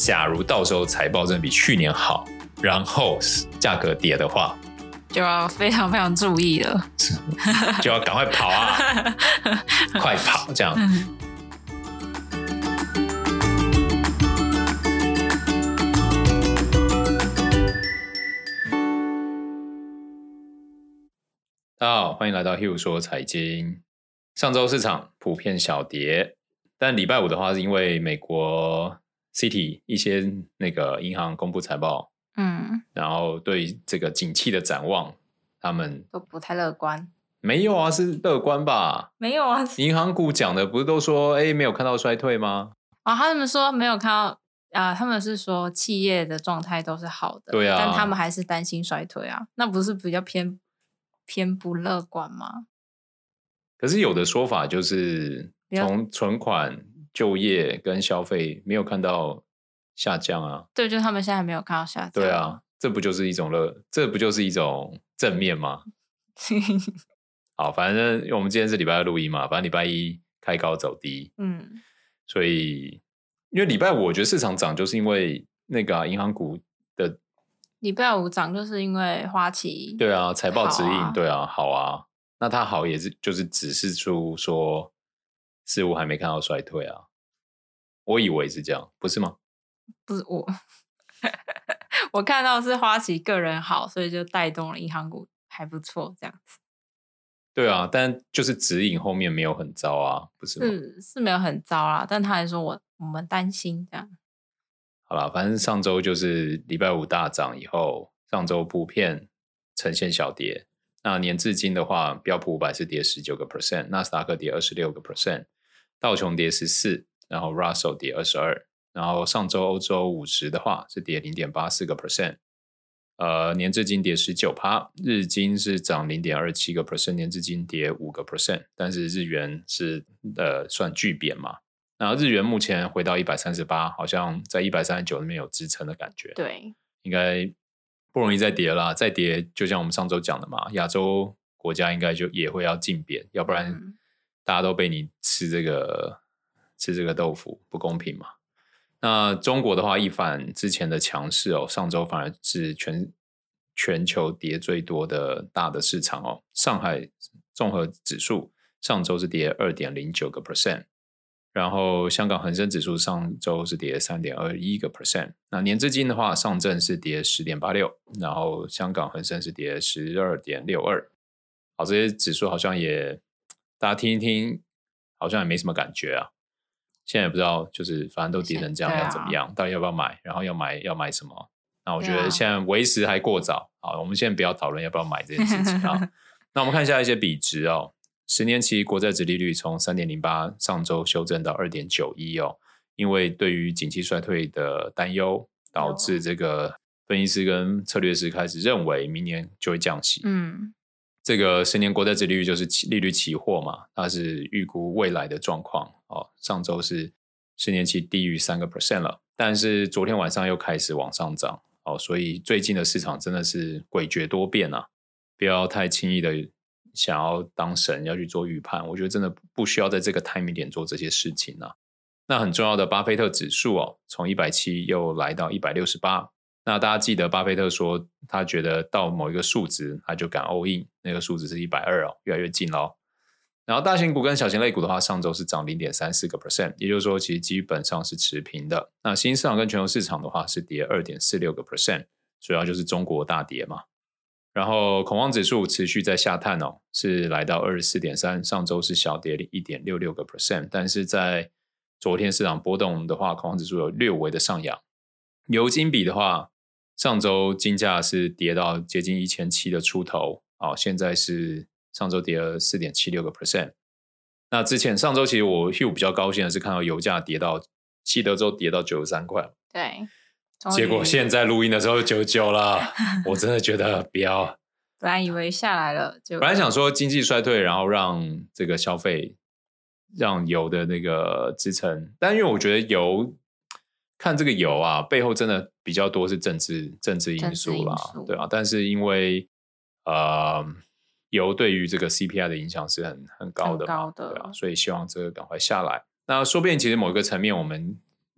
假如到时候财报真的比去年好，然后价格跌的话， 就要非常非常注意了， 就要赶快跑啊，快跑这样。大家好，欢迎来到 Hugh 说财经。上周市场普遍小跌，但礼拜五的话是因为美国 Citi 一些那个银行公布财报，然后对这个景气的展望，他们都不太乐观。 没有啊，是乐观吧？ 没有啊， 银行股讲的不是都说没有看到衰退吗？ 他们说没有看到他们是说企业的状态都是好的， 对啊， 但他们还是担心衰退啊，那不是比较偏不乐观吗？ 可是有的说法就是从存款、就业跟消费没有看到下降啊。 对，就是他们现在没有看到下降。 对啊，这不就是一种正面吗？好，反正我们今天是礼拜二录音嘛，反正礼拜一开高走低，所以因为礼拜五我觉得市场涨，就是因为那个银行股的礼拜五涨，就是因为花旗对啊财报指引，对啊好啊，那它好也是就是指示出说似乎还没看到衰退啊，我以为是这样，不是吗？ 不是我看到是花旗个人好，所以就带动了银行股还不错这样子。 对啊，但就是指引后面没有很糟啊，不是吗？ 是没有很糟啦，但他还说我们担心这样。 好啦，反正上周就是礼拜五大涨以后，上周普遍呈现小跌。那年至今的话，标普500是跌19%，纳斯达克跌26%，道琼跌14%，然后 Russell 跌22%，然后上周欧洲50的话是跌0.84%。年至今跌19%，日经是涨0.27%，年至今跌5%，但是日元是算巨贬嘛。然后日元目前回到138，好像在139那边有支撑的感觉。 对， 应该不容易再跌啦，再跌就像我们上周讲的嘛，亚洲国家应该就也会要竞贬，要不然大家都被你吃这个豆腐，不公平嘛。那中国的话，一反之前的强势哦，上周反而是全球跌最多的大的市场哦。上海综合指数上周是跌 2.09%， 然后香港恒生指数上周是跌 3.21%。那年至今的话，上证是跌 10.86%， 然后香港恒生是跌 12.62%。好，这些指数好像也大家听一听，好像也没什么感觉啊。现在也不知道，就是反正都跌成这样，要怎么样？到底要不要买？然后要买什么？那我觉得现在为时还过早。好，我们现在不要讨论要不要买这件事情啊。那我们看一下一些比值哦。10年期国债殖利率从 3.08 上周修正到 2.91 哦，因为对于景气衰退的担忧，导致这个分析师跟策略师开始认为明年就会降息。这个10年国债殖利率就是利率期货嘛，它是预估未来的状况哦。上周是10年期低于 3% 了，但是昨天晚上又开始往上涨哦，所以最近的市场真的是诡谲多变啊，不要太轻易的想要当神要去做预判，我觉得真的不需要在这个 timing 点做这些事情啊。那很重要的巴菲特指数哦，从170又来到168。那大家记得巴菲特说他觉得到某一个数值他就敢 all in， 那个数值是120哦，越来越近咯。然后大型股跟小型类股的话，上周是涨 0.34%， 也就是说其实基本上是持平的。那新兴市场跟全球市场的话是跌 2.46%， 主要就是中国大跌嘛。然后恐慌指数持续在下探哦，是来到 24.3， 上周是小跌 1.66%， 但是在昨天市场波动的话，恐慌指数有略微的上扬。油金比的话，上周金价是跌到接近1700的出头，现在是上周跌了 4.76%。 那之前上周其实我 Hugh 比较高兴的是看到油价跌到西德州跌到93块， 对， 结果现在录音的时候99了，我真的觉得不要。 本来以为下来了，本来想说经济衰退，然后让这个消费，让油的那个支撑，但因为我觉得看这个油啊，背后真的比较多是政治因素啦，对啊。但是因为油对于这个 CPI 的影响是很高的嘛，对啊，所以希望这个赶快下来。那说不定其实某一个层面，我们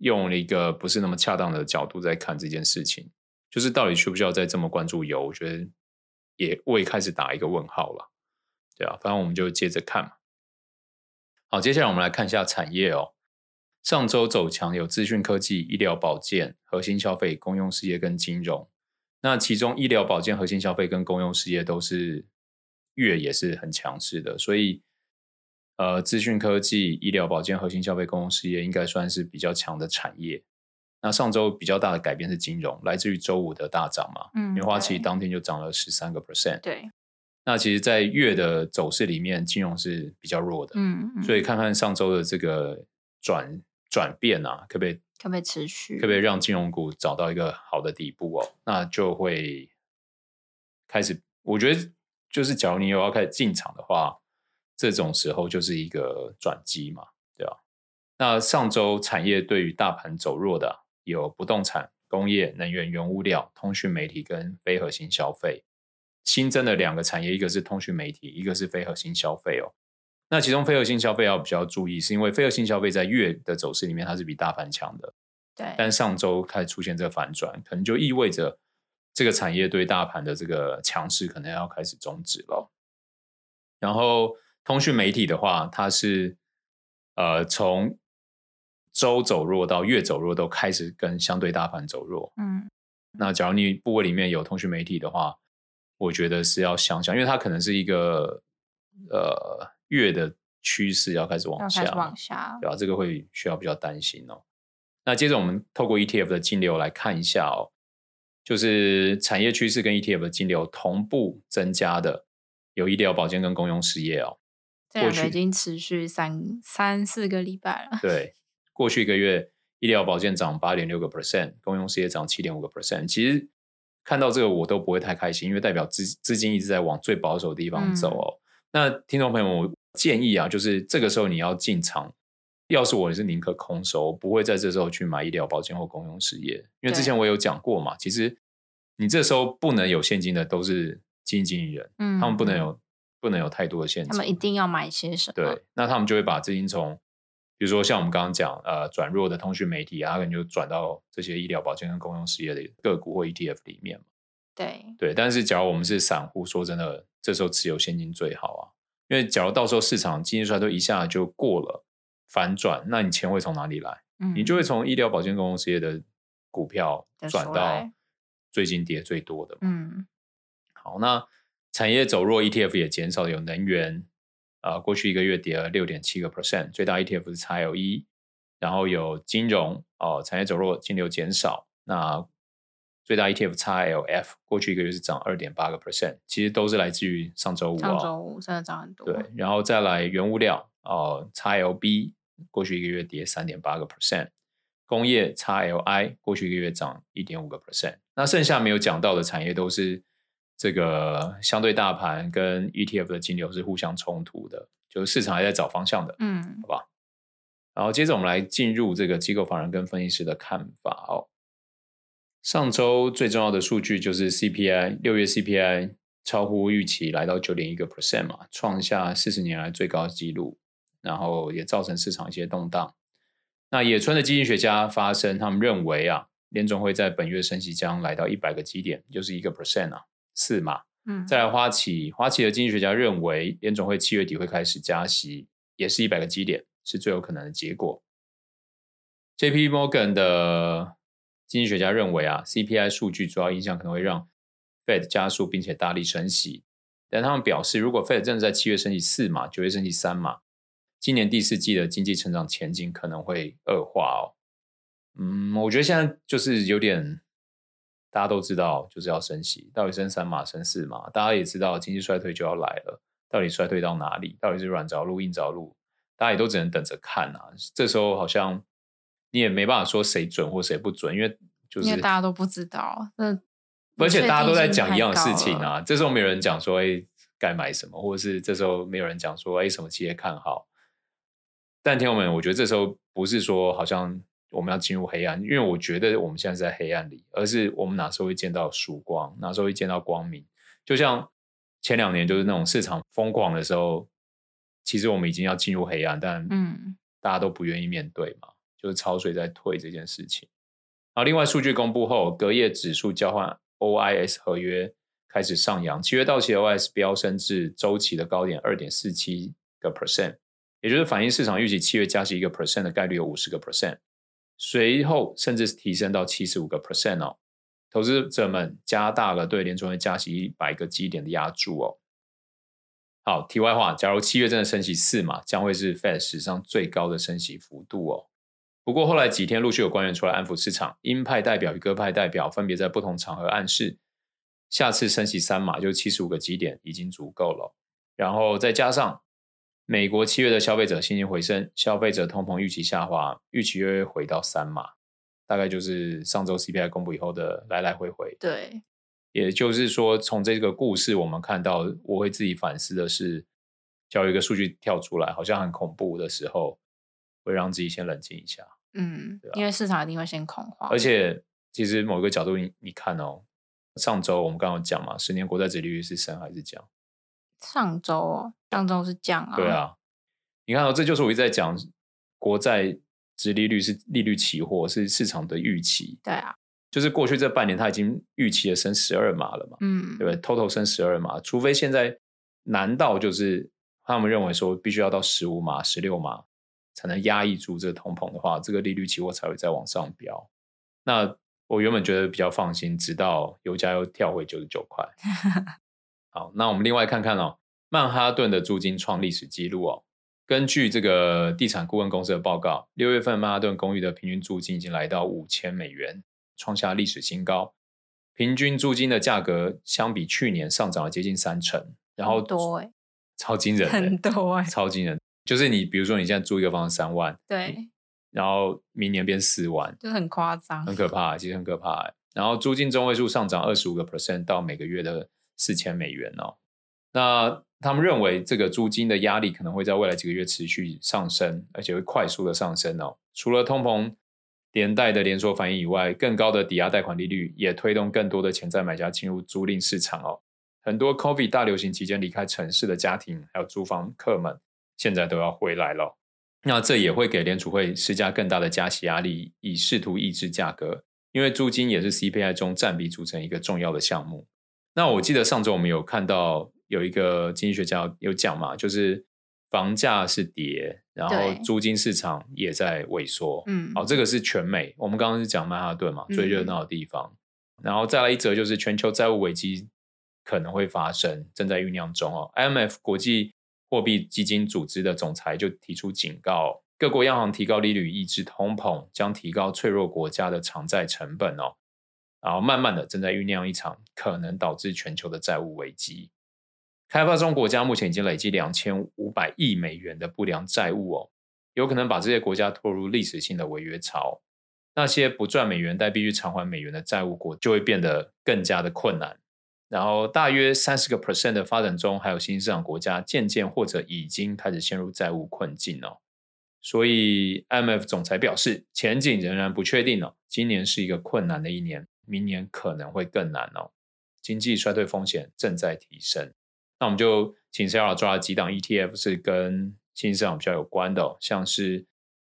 用了一个不是那么恰当的角度在看这件事情，就是到底需不需要再这么关注油，我觉得我也开始打一个问号了。对啊，反正我们就接着看嘛。好，接下来我们来看一下产业哦。上周走强有资讯科技、医疗保健、核心消费、公用事业跟金融。那其中医疗保健、核心消费跟公用事业都是月也是很强势的，所以资讯科技、医疗保健、核心消费、公用事业应该算是比较强的产业。那上周比较大的改变是金融，来自于周五的大涨嘛，因为花旗当天就涨了13%。 对， 那其实，在月的走势里面，金融是比较弱的，所以看看上周的这个转变啊，可不可以持续？ 可不可以让金融股找到一个好的底部哦？那就会开始，我觉得就是假如你有要开始进场的话，这种时候就是一个转机嘛，对吧？那上周产业对于大盘走弱的有不动产、工业、能源、原物料、通讯媒体跟非核心消费。新增的2个产业，一个是通讯媒体，一个是非核心消费哦。那其中非核心消费要比较注意，是因为非核心消费在月的走势里面它是比大盘强的， 对。 但上周开始出现这个反转，可能就意味着这个产业对大盘的这个强势可能要开始终止了。然后通讯媒体的话，它是从周走弱到月走弱都开始跟相对大盘走弱。那假如你部位里面有通讯媒体的话，我觉得是要想想，因为它可能是一个月的趋势要开始往下，对吧？这个会需要比较担心哦。那接着我们透过 ETF 的金流来看一下哦，就是产业趋势跟 ETF 的金流同步增加的有医疗保健跟公用事业哦。 这两个已经持续三四个礼拜了。 对，过去1个月医疗保健涨 8.6%， 公用事业涨 7.5%。其实看到这个我都不会太开心，因为代表资金一直在往最保守的地方走哦。那听众朋友们，我建议啊，就是这个时候你要进场，要是我也是宁可空手，不会在这时候去买医疗保健或公用事业，因为之前我有讲过嘛，其实你这时候不能有现金的都是基金经理人，他们不能有太多的现金， 他们一定要买些什么？ 对，那他们就会把资金从，比如说像我们刚刚讲，转弱的通讯媒体啊，他可能就转到这些医疗保健跟公用事业的个股或 ETF 里面嘛。对，但是假如我们是散户，说真的，这时候持有现金最好啊，因为假如到时候市场经济衰退一下就过了，反转，那你钱会从哪里来？你就会从医疗保健公用事业的股票转到最近跌最多的嘛。好，那产业走弱 ETF 也减少，有能源过去1个月跌了 6.7%， 最大 ETF 是 XLE， 然后有金融产业走弱，金流减少，那最大 ETF XLF 过去1个月是涨 2.8%， 其实都是来自于上周五上周五真的涨很多。 对，然后再来原物料XLB 过去1个月跌 3.8%， 工业 XLI 过去1个月涨 1.5%， 那剩下没有讲到的产业都是这个相对大盘跟 ETF 的金流是互相冲突的，就是市场还在找方向的，好吧？然后接着我们来进入这个机构法人跟分析师的看法哦。上周最重要的数据就是 CPI， 6月 CPI 超乎预期来到 9.1% 嘛，创下40年来最高纪录，然后也造成市场一些动荡。那野村的经济学家发声，他们认为啊，联总会在本月升息将来到100个基点，就是1% 啊，4码。再来花旗的经济学家认为联总会7月底会开始加息，也是100个基点，是最有可能的结果。JP Morgan 的经济学家认为啊 ，CPI 数据主要影响可能会让 Fed 加速并且大力升息，但他们表示，如果 Fed 真的在7月升息4码，9月升息3码，今年第4季的经济成长前景可能会恶化哦。我觉得现在就是有点，大家都知道就是要升息，到底升3码升4码，大家也知道经济衰退就要来了，到底衰退到哪里，到底是软着陆硬着陆，大家也都只能等着看啊。这时候好像你也没办法说谁准或谁不准，因为大家都不知道， 而且大家都在讲一样的事情啊。这时候没有人讲说该买什么，或者是这时候没有人讲说什么企业看好。但听友们，我觉得这时候不是说好像我们要进入黑暗，因为我觉得我们现在是在黑暗里，而是我们哪时候会见到曙光，哪时候会见到光明。就像前2年就是那种市场疯狂的时候，其实我们已经要进入黑暗，但大家都不愿意面对嘛。 就是超税在退这件事情。然后另外数据公布后，隔夜指数交换 OIS 合约开始上扬，7月到期的 OIS 飙升至周期的高点 2.47%， 也就是反映市场预期7月加息 1% 的概率有 50%， 随后甚至提升到 75% 哦。投资者们加大了对联储会加息100个基点的押注哦。好，题外话，假如7月真的升息4码，将会是 Fed 史上最高的升息幅度哦。不过后来几天陆续有官员出来安抚市场，鹰派代表与鸽派代表分别在不同场合暗示，下次升息3码就75个基点已经足够了。然后再加上美国7月的消费者信心回升，消费者通膨预期下滑，预期约回到3码，大概就是上周 CPI 公布以后的来来回回。 对， 也就是说，从这个故事我们看到，我会自己反思的是，只要有一个数据跳出来，好像很恐怖的时候，会让自己先冷静一下。 因为市场一定会先恐慌。 而且，其实某一个角度你看哦，上周我们刚刚讲嘛，10年国债殖利率是升还是降？ 上周是降啊。 对啊，你看哦，这就是我一直在讲，国债殖利率是利率期货，是市场的预期。 对啊， 就是过去这半年，它已经预期了升12码了嘛，对不对？total 升12码，除非现在难道就是他们认为说必须要到15码、16码才能压抑住这个通膨的话，这个利率期货才会再往上飙。那我原本觉得比较放心，直到油价又跳回99块。好，那我们另外看看哦，曼哈顿的租金创历史纪录哦。根据这个地产顾问公司的报告，6月份曼哈顿公寓的平均租金已经来到$5000，创下历史新高。平均租金的价格相比去年上涨了接近30%，然后多超惊人很多超惊人。就是你比如说你现在租一个房子3万， 对， 然后明年变4万， 就很夸张， 很可怕，其实很可怕。然后租金中位数上涨25% 到每个月的$4000哦。那他们认为这个租金的压力可能会在未来几个月持续上升，而且会快速的上升哦。除了通膨连带的连锁反应以外，更高的抵押贷款利率也推动更多的潜在买家进入租赁市场哦。很多 COVID 大流行期间离开城市的家庭还有租房客们现在都要回来了。那这也会给联储会施加更大的加息压力，以试图抑制价格，因为租金也是 CPI 中占比组成一个重要的项目。那我记得上周我们有看到有一个经济学家有讲嘛，就是房价是跌，然后租金市场也在萎缩。好，这个是全美，我们刚刚是讲曼哈顿嘛，最热闹的地方。然后再来一则就是全球债务危机可能会发生，正在酝酿中哦。IMF 国际货币基金组织的总裁就提出警告，各国央行提高利率抑制通膨，将提高脆弱国家的偿债成本哦。然后慢慢的正在酝酿一场可能导致全球的债务危机。开发中国家目前已经累积$2500亿的不良债务哦，有可能把这些国家拖入历史性的违约潮。那些不赚美元但必须偿还美元的债务国就会变得更加的困难。然后大约30% 的发展中还有新兴市场国家渐渐或者已经开始陷入债务困境哦。所以 IMF 总裁表示，前景仍然不确定哦，今年是一个困难的一年，明年可能会更难哦。经济衰退风险正在提升。那我们就请 Sarah 抓了几档 ETF 是跟新兴市场比较有关的哦，像是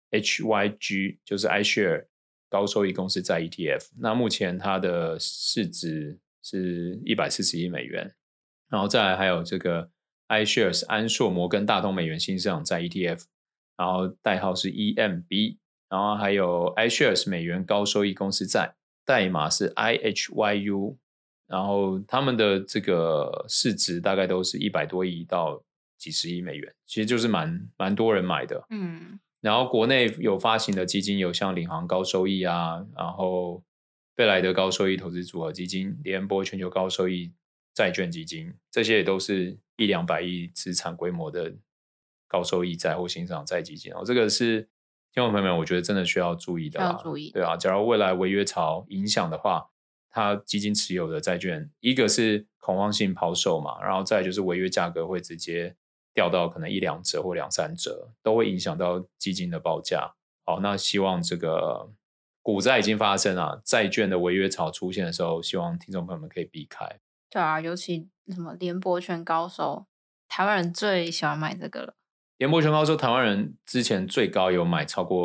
HYG 就是 iShare 高收益公司债 ETF， 那目前它的市值是$140亿，然后再来还有这个 iShares 安硕摩根大通美元新兴市场债 ETF， 然后代号是 EMB， 然后还有 iShares 美元高收益公司债，代码是 IHYU， 然后他们的这个市值大概都是100多亿到几十亿美元，其实就是蛮多人买的。然后国内有发行的基金有像领航高收益啊，然后贝莱德高收益投资组合基金、联播全球高收益债券基金，这些也都是100-200亿资产规模的高收益债或新兴市场债基金。这个是听众朋友们我觉得真的需要注意的啦。对啊，假如未来违约潮影响的话，它基金持有的债券一个是恐慌性抛售嘛，然后再来就是违约价格会直接掉到可能1-2折或2-3折，都会影响到基金的报价。好，那希望这个股灾已经发生啊，债券的违约潮出现的时候，希望听众朋友们可以避开。 对啊，尤其什么联博全高收，台湾人最喜欢买这个了。 联博全高收，台湾人之前最高有买超过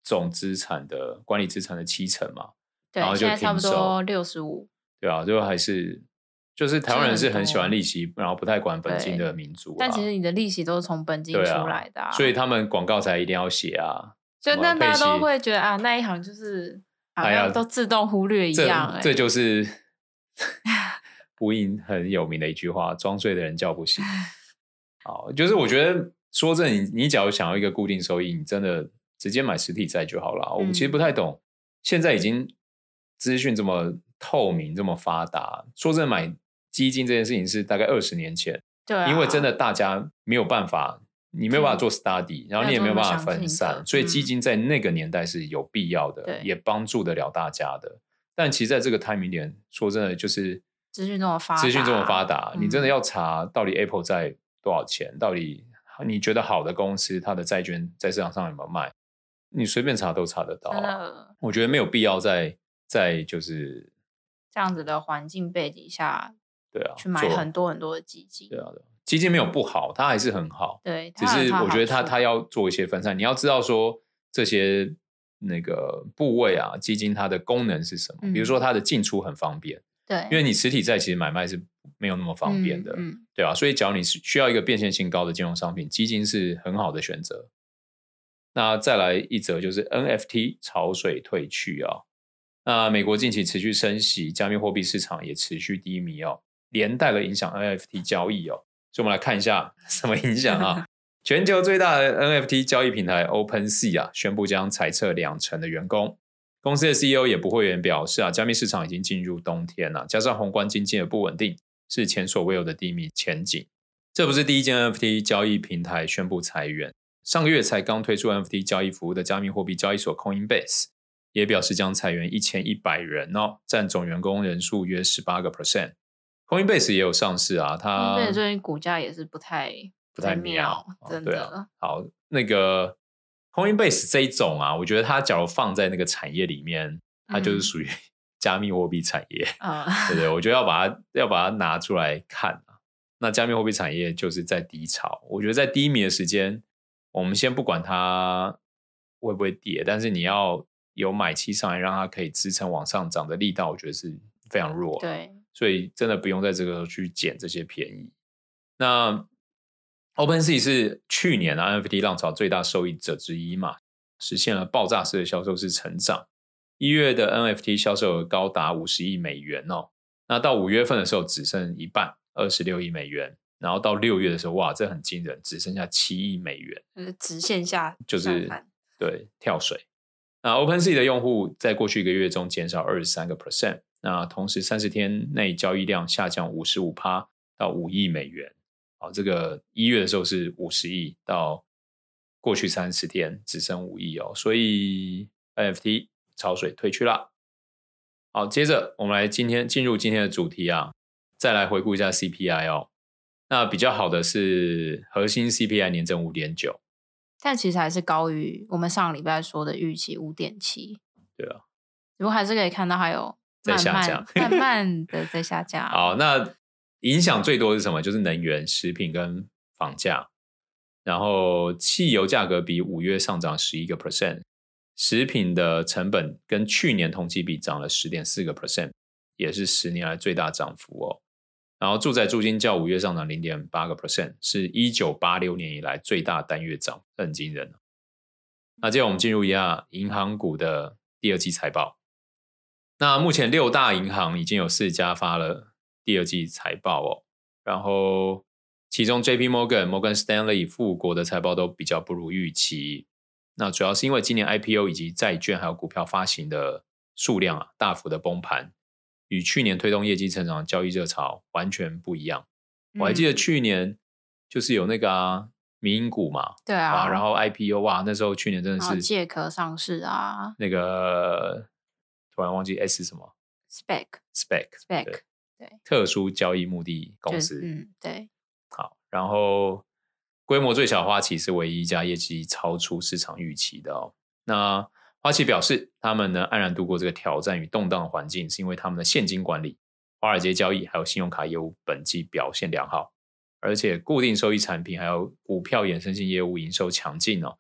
总资产的管理资产的70%嘛， 对， 然后就现在差不停售多65%。 对啊，就还是就是台湾人是很喜欢利息，然后不太管本金的民族但其实你的利息都是从本金出来的所以他们广告才一定要写啊。 就那大家都会觉得啊，那一行就是好像都自动忽略一样。 这就是吴颖很有名的一句话：装睡的人叫不醒。好，就是我觉得说真的，你假如想要一个固定收益，你真的直接买实体债就好了。我其实不太懂，现在已经资讯这么透明、这么发达，说真的，买基金这件事情是大概20年前， 对啊， 因为真的大家没有办法。你没有办法做 study，然后你也没有办法分散，所以基金在那个年代是有必要的，也帮助得了大家的。但其实在这个 timing 点，说真的，就是资讯这么发达，你真的要查到底 Apple 在多少钱，到底你觉得好的公司，它的债券在市场上有没有卖，你随便查都查得到我觉得没有必要在就是这样子的环境背景下， 对啊， 去买很多很多的基金。 对啊。基金没有不好，它还是很好。 对， 只是我觉得它要做一些分散。你要知道说这些那个部位啊，基金它的功能是什么？比如说它的进出很方便， 对， 因为你实体债其实买卖是没有那么方便的，对吧？所以只要你需要一个变现性高的金融商品，基金是很好的选择。那再来一则就是 NFT 潮水退去啊。那美国近期持续升息，加密货币市场也持续低迷哦，连带了影响 NFT 交易哦。所以我们来看一下什么影响啊？全球最大的 NFT 交易平台 OpenSea 啊，宣布将裁撤20%的员工。公司的 CEO 也不讳言表示啊，加密市场已经进入冬天了，加上宏观经济的不稳定，是前所未有的低迷前景。这不是第一间 NFT 交易平台宣布裁员，上个月才刚推出 NFT 交易服务的加密货币交易所 Coinbase 也表示将裁员1100人哦，占总员工人数约 18%。Coinbase 也有上市啊，它最近股价也是不太妙，真的。 好，那个 Coinbase 这一种啊，我觉得它假如放在那个产业里面，它就是属于加密货币产业，对不对？我觉得要把它拿出来看啊。那加密货币产业就是在低潮，我觉得在低迷的时间，我们先不管它会不会跌，但是你要有买气上来，让它可以支撑往上涨的力道，我觉得是非常弱。 对。 所以真的不用在这个时候去捡这些便宜。那 OpenSea 是去年NFT 浪潮最大受益者之一嘛，实现了爆炸式的销售式成长。1月的 NFT 销售额高达50亿美元哦，那到5月份的时候只剩一半，26亿美元。然后到6月的时候，哇，这很惊人，只剩下7亿美元， 直线下就是对跳水。那 OpenSea 的用户在过去1个月中减少 23%， 那同时30天内交易量下降 55% 到5亿美元。好，这个1月的时候是50亿，到过去30天只剩5亿哦，所以 NFT 潮水退去啦。好，接着我们来进入今天的主题啊，再来回顾一下 CPI 哦。那比较好的是核心 CPI 年增 5.9%， 但其实还是高于我们上个礼拜说的预期 5.7%。 对啊， 不过还是可以看到还有慢慢的在下降。 好，那影响最多是什么？就是能源、食品跟房价。然后汽油价格比5月上涨 11%， 食品的成本跟去年同期比涨了 10.4%， 也是10年来最大涨幅哦。然后住宅租金较5月上涨 0.8%， 是1986年以来最大单月涨，很惊人。那接着我们进入一下银行股的第二季财报。那目前6大银行已经有4家发了第二季财报哦，然后其中 JP Morgan、Morgan Stanley、富国的财报都比较不如预期。那主要是因为今年 IPO 以及债券还有股票发行的数量啊大幅的崩盘，与去年推动业绩成长的交易热潮完全不一样。我还记得去年就是有那个民营股嘛， 对啊， 然后 IPO 哇，那时候去年真的是借壳上市啊， 那个突然忘记 S 什么 SPAC 对，特殊交易目的公司， 对。 好，然后规模最小花旗是唯一一家业绩超出市场预期的哦。那花旗表示，他们呢安然度过这个挑战与动荡的环境，是因为他们的现金管理、华尔街交易还有信用卡业务本季表现良好，而且固定收益产品还有股票衍生性业务营收强劲哦，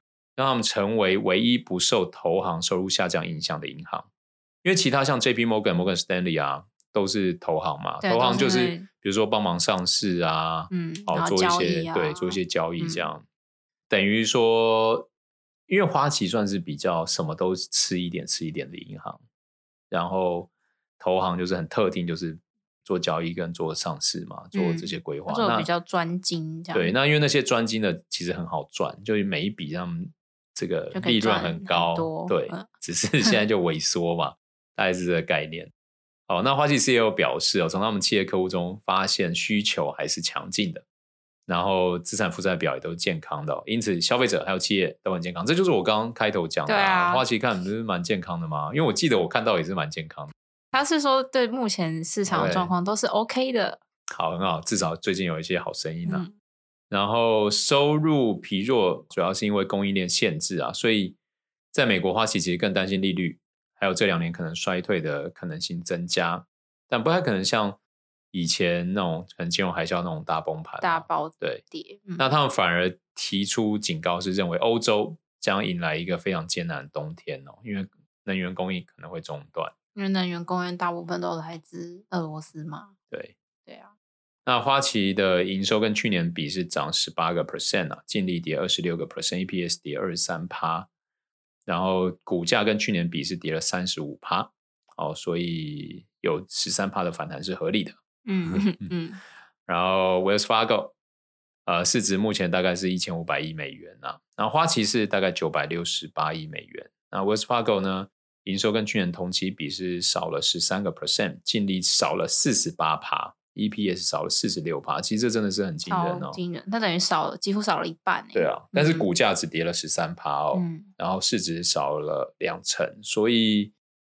让他们成为唯一不受投行收入下降影响的银行。因为其他像 JP Morgan、Morgan Stanley 啊，都是投行嘛，投行就是比如说帮忙上市啊，做一些对做一些交易这样，等于说，因为花旗算是比较什么都吃一点的银行，然后投行就是很特定，就是做交易跟做上市嘛，做这些规划， 做比较专精这样。 对，那因为那些专精的其实很好赚，就是每一笔让这个利润很高，对，只是现在就萎缩嘛，大概是这个概念。好，那花旗 CEO 表示从他们企业客户中发现需求还是强劲的，然后资产负债表也都是健康的，因此消费者还有企业都很健康。这就是我刚刚开头讲的花旗看不是蛮健康的吗？因为我记得我看到也是蛮健康的。 他是说对目前市场的状况都是 OK 的。 好，很好，至少最近有一些好声音啊。然后收入疲弱主要是因为供应链限制啊，所以在美国花旗其实更担心利率还有这2年可能衰退的可能性增加，但不太可能像以前那种可能金融海啸那种大崩盘大暴跌。 对， 那他们反而提出警告，是认为欧洲将迎来一个非常艰难的冬天因为能源供应可能会中断， 因为能源供应大部分都来自俄罗斯嘛。 对啊。 那花旗的营收跟去年比是涨 18% 啊，净利跌 26%，EPS 跌 23%， 然后股价跟去年比是跌了 35%， 所以有 13% 的反弹是合理的。然后 Wells Fargo 市值目前大概是1500亿美元啊，然后花旗是大概968亿美元。那 Wells Fargo 呢，营收跟去年同期比是少了 13%， 净利少了 48%，EPS 少了 46%， 其实这真的是很惊人惊人，它等于几乎少了一半。 对啊，但是股价只跌了 13%然后市值少了20%，所以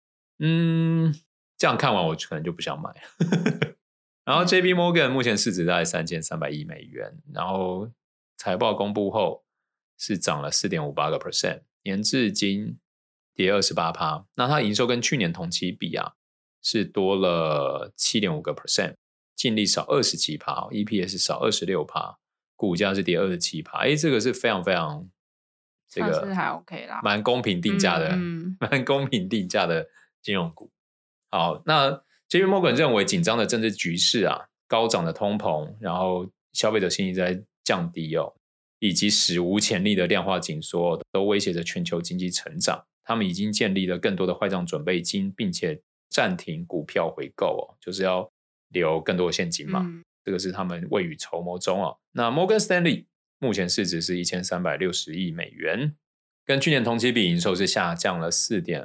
这样看完我可能就不想买然后 JP Morgan 目前市值大概3300亿美元，然后财报公布后是涨了 4.58%， 年至今跌 28%， 那它营收跟去年同期比啊是多了 7.5%， 净利少 27%，EPS 少 26%， 股价是跌 27%， 这个是非常非常这个还 OK 啦， 蛮公平定价的，蛮公平定价的金融股。好，那JP Morgan 认为紧张的政治局势啊，高涨的通膨，然后消费者信心在降低以及史无前例的量化紧缩，都威胁着全球经济成长。他们已经建立了更多的坏账准备金，并且暂停股票回购就是要留更多的现金嘛。这个是他们未雨绸缪中那 Morgan Stanley 目前市值是1360亿美元，跟去年同期比营收是下降了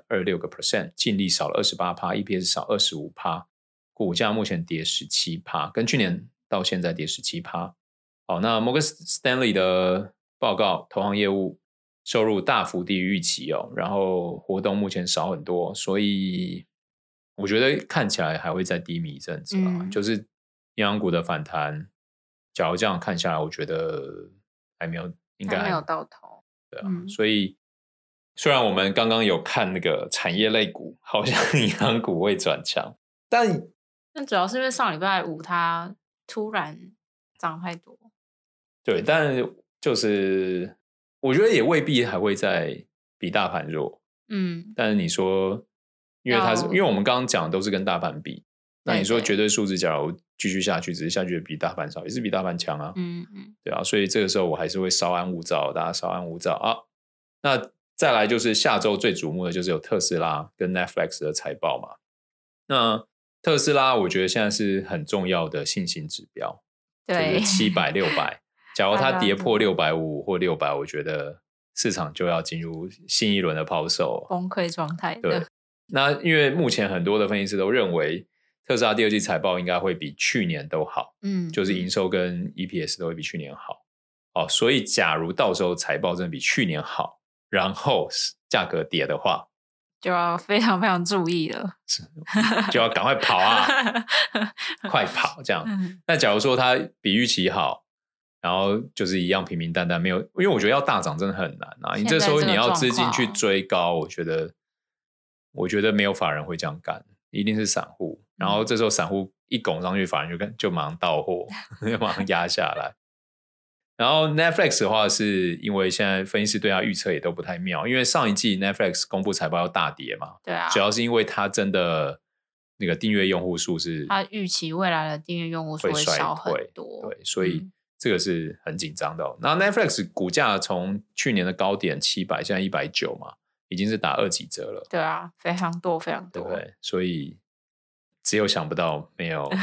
4.26%， 净利少了 28%，EPS 少 25%， 股价目前跌 17%， 跟去年到现在跌 17%。 好，那 Morgan Stanley 的报告，投行业务收入大幅低于预期然后活动目前少很多，所以我觉得看起来还会再低迷一阵子就是银行股的反弹，假如这样看下来，我觉得还没有，应该还没有到头。 对啊，所以虽然我们刚刚有看那个产业类股，好像银行股会转强，但主要是因为上礼拜五它突然涨太多。 对，但就是我觉得也未必还会再比大盘弱。但是你说，因为因为我们刚刚讲的都是跟大盘比，那你说绝对数字假如继续下去，只是下去比大盘少，也是比大盘强啊。对啊，所以这个时候我还是会稍安勿躁，大家稍安勿躁啊。那再来就是下周最瞩目的就是有特斯拉跟 Netflix 的财报嘛。那特斯拉我觉得现在是很重要的信心指标， 对， 就是700、600。假如它跌破650或600，我觉得市场就要进入新一轮的抛售崩溃状态。 对，那因为目前很多的分析师都认为特斯拉第二季财报应该会比去年都好，就是营收跟 EPS 都会比去年好所以假如到时候财报真的比去年好，然后价格跌的话， 就要非常非常注意了， 就要赶快跑快跑这样。那假如说它比预期好，然后就是一样平平淡淡，没有，因为我觉得要大涨真的很难你这时候你要资金去追高，我觉得没有法人会这样干，一定是散户。然后这时候散户一拱上去，法人就马上到货就马上压下来。 然后 Netflix 的话，是因为现在分析师对它预测也都不太妙，因为上一季 Netflix 公布财报要大跌嘛， 对啊， 主要是因为它真的那个订阅用户数是， 它预期未来的订阅用户数会少很多， 对，所以这个是很紧张的。那 Netflix 股价从去年的高点700，现在190嘛，已经是打2几折了。 对啊，非常多非常多， 对不对？所以只有想不到没有。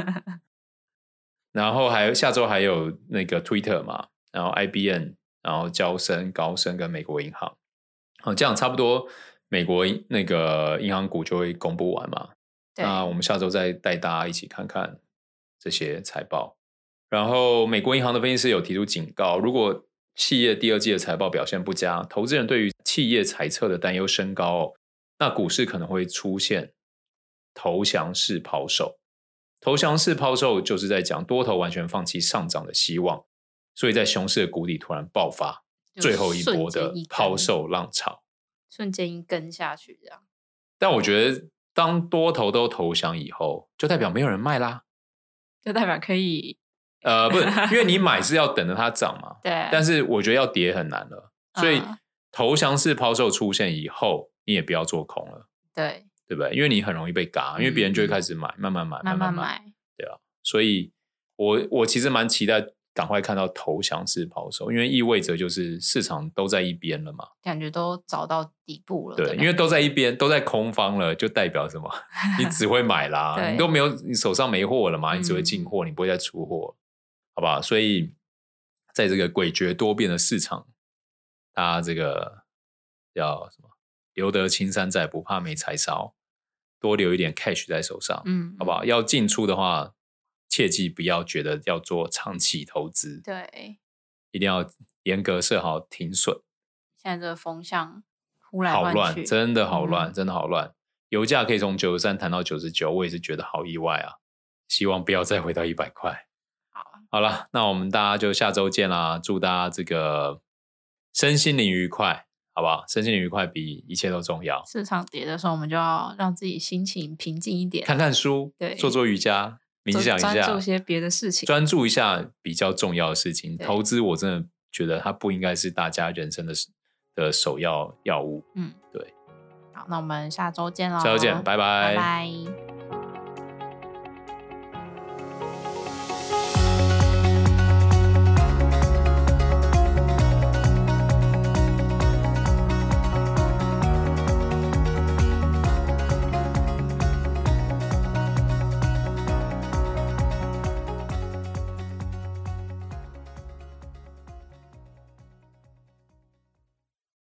然后下周还有那个 Twitter 嘛，然后 IBM， 然后交生、高盛跟美国银行，这样差不多美国那个银行股就会公布完嘛。那我们下周再带大家一起看看这些财报。然后美国银行的分析师有提出警告，如果企业第二季的财报表现不佳，投资人对于企业财测的担忧升高，那股市可能会出现投降式抛售。投降式抛售就是在讲多头完全放弃上涨的希望，所以在熊市的谷底突然爆发最后一波的抛售浪潮， 瞬间一根下去这样。 但我觉得当多头都投降以后，就代表没有人卖啦， 就代表可以不是，因为你买是要等着它涨嘛， 对， 但是我觉得要跌很难了，所以投降式抛售出现以后，你也不要做空了， 对， 对不对？因为你很容易被嘎，因为别人就会开始买，慢慢买， 慢慢买， 对啊，所以我其实蛮期待赶快看到投降式抛售，因为意味着就是市场都在一边了嘛， 感觉都找到底部了。 对，因为都在一边，都在空方了，就代表什么？你只会买啦，你都没有，你手上没货了嘛，你只会进货，你不会再出货，好吧？所以在这个诡谲多变的市场，大家这个叫什么？留得青山在，不怕没柴烧，多留一点 cash 在手上，好不好？要进出的话，切记不要觉得要做长期投资， 对， 一定要严格设好停损。 现在这个风向忽来好乱，真的好乱， 嗯、 真的好乱。油价可以从93谈到99，我也是觉得好意外啊！希望不要再回到100块。好了，那我们大家就下周见啦！祝大家这个身心灵愉快，好不好？身心灵愉快比一切都重要。 市场跌的时候，我们就要让自己心情平静一点， 看看书， 对， 做做瑜伽，冥想一下， 专注些别的事情， 专注一下比较重要的事情。投资我真的觉得它不应该是大家人生的首要药物。 嗯， 对。 好，那我们下周见喽！ 下周见，拜拜， 拜拜。